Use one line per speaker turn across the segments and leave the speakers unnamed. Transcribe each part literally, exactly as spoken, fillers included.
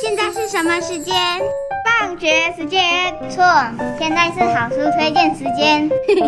现在是什么时间？
放学时间。错，现在是好书推荐时间。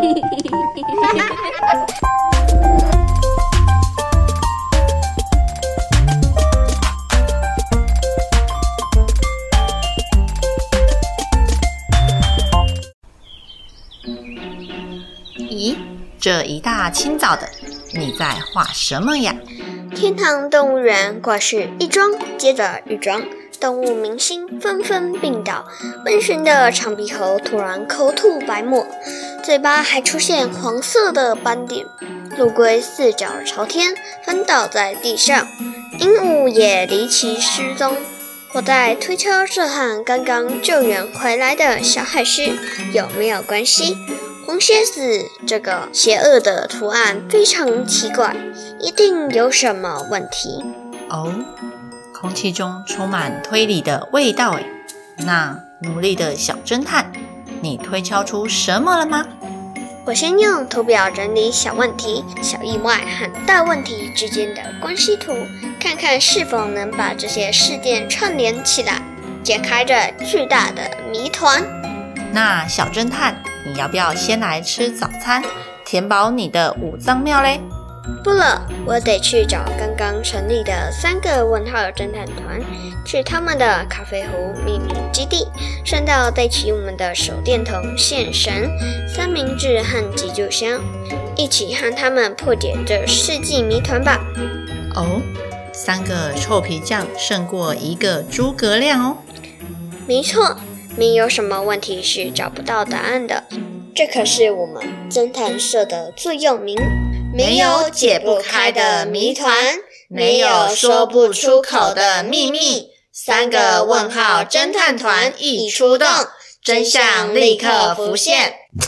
咦，这一大清早的，你在画什么呀？
天堂动物园挂饰一桩接着一桩，动物明星纷纷病倒，温驯的长鼻猴突然口吐白沫，嘴巴还出现黄色的斑点，陆龟四脚朝天翻倒在地上，鹦鹉也离奇失踪。我在推敲这和刚刚救援回来的小海狮有没有关系？红蝎子这个邪恶的图案非常奇怪，一定有什么问题。
哦，空气中充满推理的味道诶。那努力的小侦探，你推敲出什么了吗？
我先用图表整理小问题、小意外和大问题之间的关系图，看看是否能把这些事件串联起来，解开这巨大的谜团。
那小侦探，你要不要先来吃早餐，填饱你的五脏庙嘞？
不了，我得去找刚刚成立的三个问号侦探团，去他们的咖啡壶秘密基地，顺道带起我们的手电筒、线绳、三明治和急救箱，一起和他们破解这世纪谜团吧。
哦，三个臭皮匠胜过一个诸葛亮哦。
没错，没有什么问题是找不到答案的，这可是我们侦探社的座右铭。没有解不开的谜团，没有说不出口的秘密。三个问号侦探团一出动，真相立刻浮现。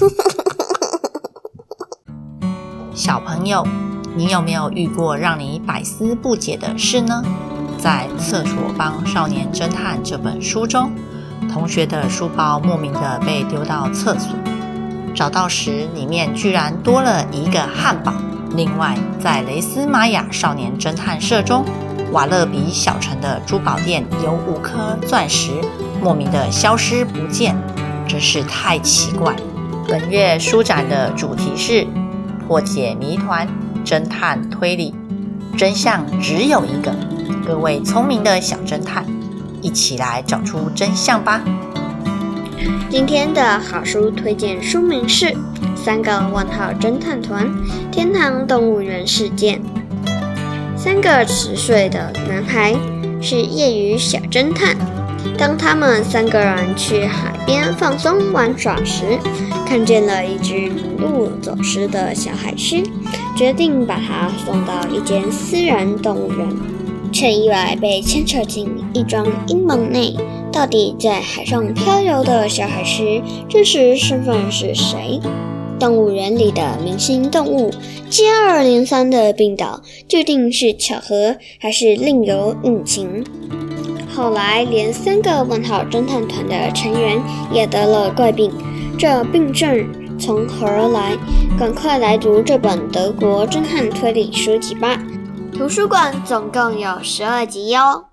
小朋友，你有没有遇过让你百思不解的事呢？在《厕所帮少年侦探》这本书中，同学的书包莫名的被丢到厕所，找到时里面居然多了一个汉堡。另外，在雷斯玛雅少年侦探社中，瓦勒比小城的珠宝店有五颗钻石莫名的消失不见，真是太奇怪。本月书展的主题是破解谜团、侦探推理，真相只有一个。各位聪明的小侦探，一起来找出真相吧。
今天的好书推荐书名是三个问号侦探团天堂动物园事件。三个十岁的男孩是业余小侦探，当他们三个人去海边放松玩耍时，看见了一只迷路走失的小海狮，决定把它送到一间私人动物园，却意外被牵扯进一桩阴谋内。到底在海上漂流的小海狮真实身份是谁？动物园里的明星动物接二连三的病倒，究竟是巧合还是另有隐情？后来连三个问号侦探团的成员也得了怪病，这病症从何而来？赶快来读这本德国侦探推理书籍吧！图书馆总共有十二集哟。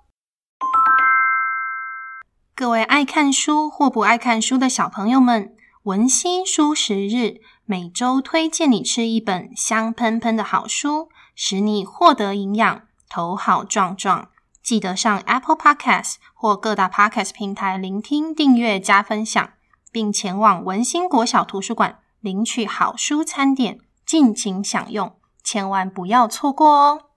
各位爱看书或不爱看书的小朋友们，文欣书食日每周推荐你吃一本香喷喷的好书，使你获得营养，头好壮壮。记得上 Apple Podcast 或各大 Podcast 平台聆听、订阅、加分享，并前往文欣国小图书馆领取好书餐点，尽情享用，千万不要错过哦。